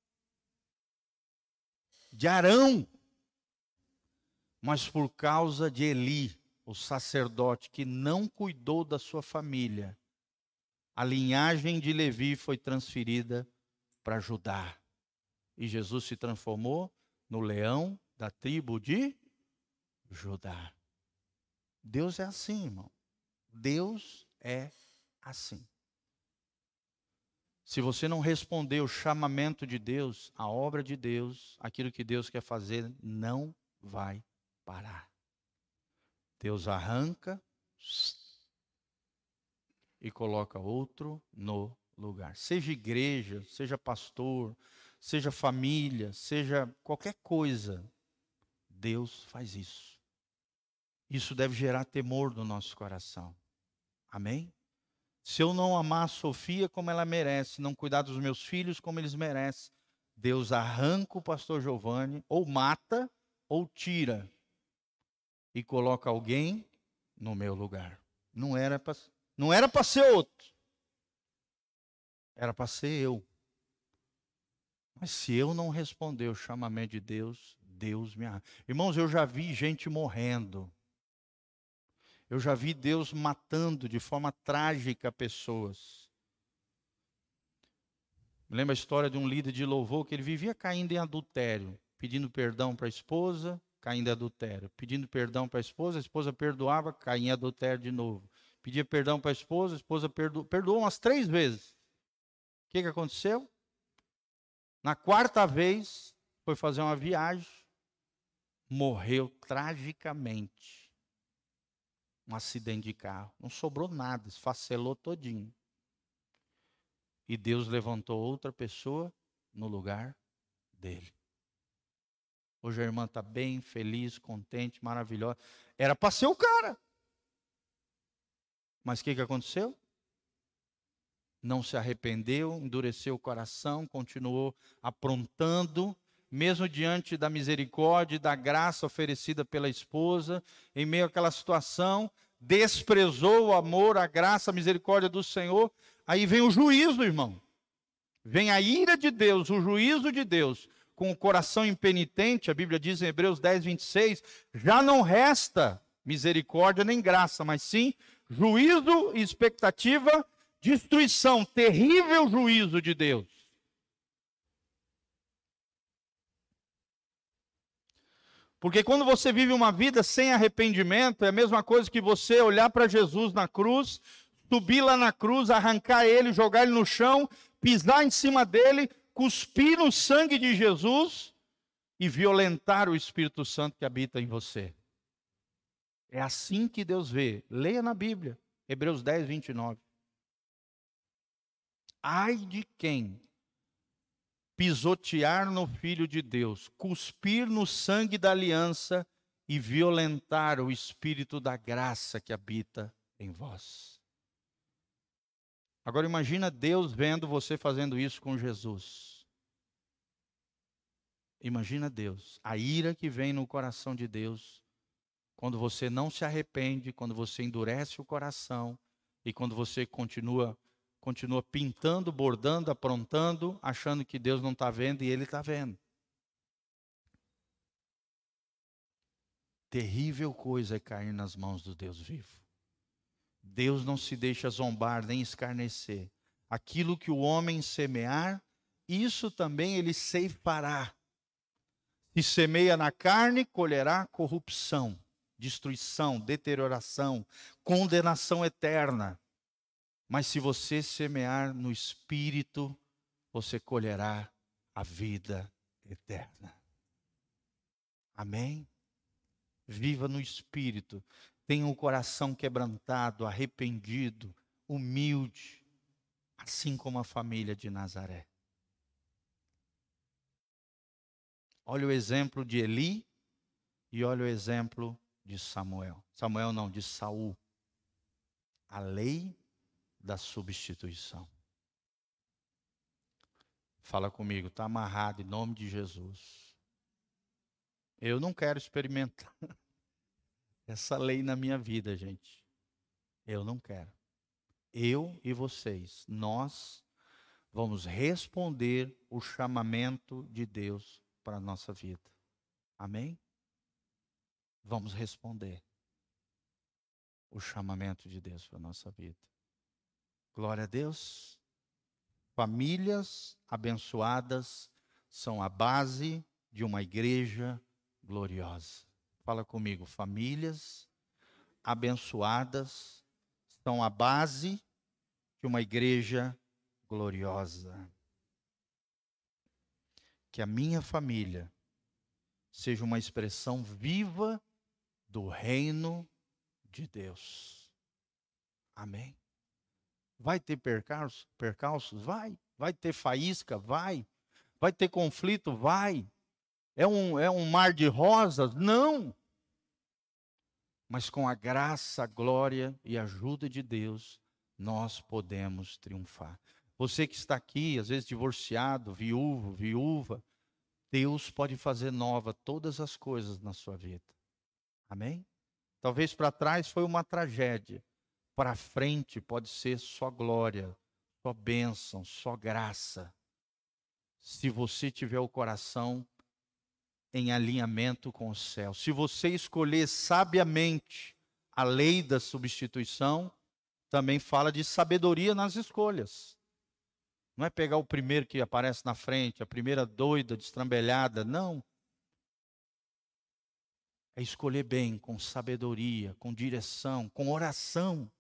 de Arão. Mas por causa de Eli, o sacerdote que não cuidou da sua família, a linhagem de Levi foi transferida para Judá. E Jesus se transformou no leão da tribo de Judá. Deus é assim, irmão. Deus é assim. Se você não responder o chamamento de Deus, a obra de Deus, aquilo que Deus quer fazer, não vai parar. Deus arranca e coloca outro no lugar. Seja igreja, seja pastor, seja família, seja qualquer coisa, Deus faz isso. Isso deve gerar temor no nosso coração. Amém? Se eu não amar a Sofia como ela merece, não cuidar dos meus filhos como eles merecem, Deus arranca o pastor Giovanni, ou mata, ou tira, e coloca alguém no meu lugar. Não era para não era para ser outro. Era para ser eu. Mas se eu não responder o chamamento de Deus, Deus me arranca. Irmãos, eu já vi gente morrendo. Eu já vi Deus matando de forma trágica pessoas. Me lembro a história de um líder de louvor que ele vivia caindo em adultério, pedindo perdão para a esposa, caindo em adultério. Pedindo perdão para a esposa, a esposa perdoava, caía em adultério de novo. Pedia perdão para a esposa, a esposa perdoou, perdoou umas três vezes. O que, que aconteceu? Na quarta vez, foi fazer uma viagem, morreu tragicamente. Um acidente de carro. Não sobrou nada, esfacelou todinho. E Deus levantou outra pessoa no lugar dele. Hoje a irmã está bem, feliz, contente, maravilhosa. Era para ser o cara. Mas o que, que aconteceu? Não se arrependeu, endureceu o coração, continuou aprontando, mesmo diante da misericórdia e da graça oferecida pela esposa, em meio àquela situação, desprezou o amor, a graça, a misericórdia do Senhor. Aí vem o juízo, irmão. Vem a ira de Deus, o juízo de Deus, com o coração impenitente, a Bíblia diz em Hebreus dez, vinte e seis, já não resta misericórdia nem graça, mas sim juízo e expectativa, destruição, terrível juízo de Deus. Porque quando você vive uma vida sem arrependimento, é a mesma coisa que você olhar para Jesus na cruz, subir lá na cruz, arrancar ele, jogar ele no chão, pisar em cima dele, cuspir no sangue de Jesus e violentar o Espírito Santo que habita em você. É assim que Deus vê. Leia na Bíblia, Hebreus dez, vinte e nove. Ai de quem pisotear no Filho de Deus, cuspir no sangue da aliança e violentar o Espírito da graça que habita em vós. Agora imagina Deus vendo você fazendo isso com Jesus. Imagina Deus, a ira que vem no coração de Deus, quando você não se arrepende, quando você endurece o coração e quando você continua Continua pintando, bordando, aprontando, achando que Deus não está vendo e Ele está vendo. Terrível coisa é cair nas mãos do Deus vivo. Deus não se deixa zombar nem escarnecer. Aquilo que o homem semear, isso também ele ceifará. Se semeia na carne, colherá corrupção, destruição, deterioração, condenação eterna. Mas se você semear no Espírito, você colherá a vida eterna. Amém? Viva no Espírito. Tenha o coração quebrantado, arrependido, humilde, assim como a família de Nazaré. Olha o exemplo de Eli e olha o exemplo de Samuel. Samuel não, de Saul. A lei da substituição. Fala comigo, está amarrado em nome de Jesus. Eu não quero experimentar essa lei na minha vida, gente. Eu não quero. Eu e vocês, nós vamos responder o chamamento de Deus para a nossa vida. Amém? Vamos responder o chamamento de Deus para a nossa vida. Glória a Deus. Famílias abençoadas são a base de uma igreja gloriosa. Fala comigo, famílias abençoadas são a base de uma igreja gloriosa. Que a minha família seja uma expressão viva do reino de Deus. Amém. Vai ter percalços? Percalços? Vai. Vai ter faísca? Vai. Vai ter conflito? Vai. É um, é um mar de rosas? Não. Mas com a graça, a glória e a ajuda de Deus, nós podemos triunfar. Você que está aqui, às vezes divorciado, viúvo, viúva, Deus pode fazer nova todas as coisas na sua vida. Amém? Talvez para trás foi uma tragédia. Para frente pode ser só glória, só bênção, só graça. Se você tiver o coração em alinhamento com o céu. Se você escolher sabiamente a lei da substituição, também fala de sabedoria nas escolhas. Não é pegar o primeiro que aparece na frente, a primeira doida, destrambelhada, não. É escolher bem, com sabedoria, com direção, com oração.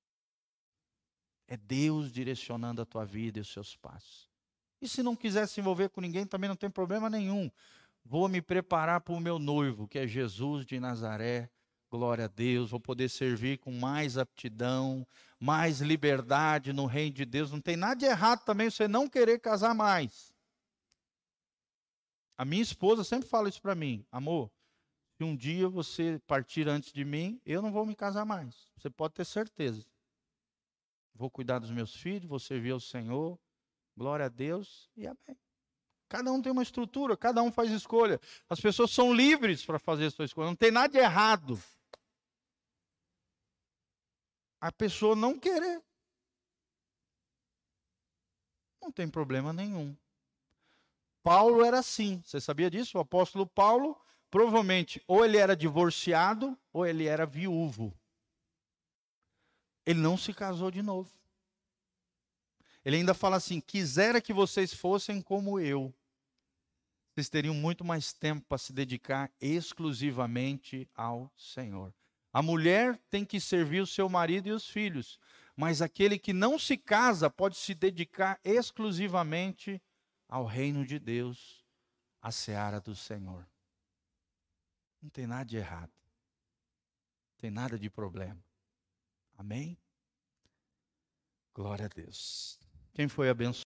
É Deus direcionando a tua vida e os seus passos. E se não quiser se envolver com ninguém, também não tem problema nenhum. Vou me preparar para o meu noivo, que é Jesus de Nazaré. Glória a Deus. Vou poder servir com mais aptidão, mais liberdade no reino de Deus. Não tem nada de errado também você não querer casar mais. A minha esposa sempre fala isso para mim. Amor, se um dia você partir antes de mim, eu não vou me casar mais. Você pode ter certeza. Vou cuidar dos meus filhos, vou servir ao Senhor. Glória a Deus e amém. Cada um tem uma estrutura, cada um faz escolha. As pessoas são livres para fazer a sua escolha. Não tem nada de errado. A pessoa não querer. Não tem problema nenhum. Paulo era assim. Você sabia disso? O apóstolo Paulo, provavelmente, ou ele era divorciado, ou ele era viúvo. Ele não se casou de novo. Ele ainda fala assim: quisera que vocês fossem como eu. Vocês teriam muito mais tempo para se dedicar exclusivamente ao Senhor. A mulher tem que servir o seu marido e os filhos, mas aquele que não se casa pode se dedicar exclusivamente ao reino de Deus, à seara do Senhor. Não tem nada de errado. Não tem nada de problema. Amém? Glória a Deus. Quem foi abençoado?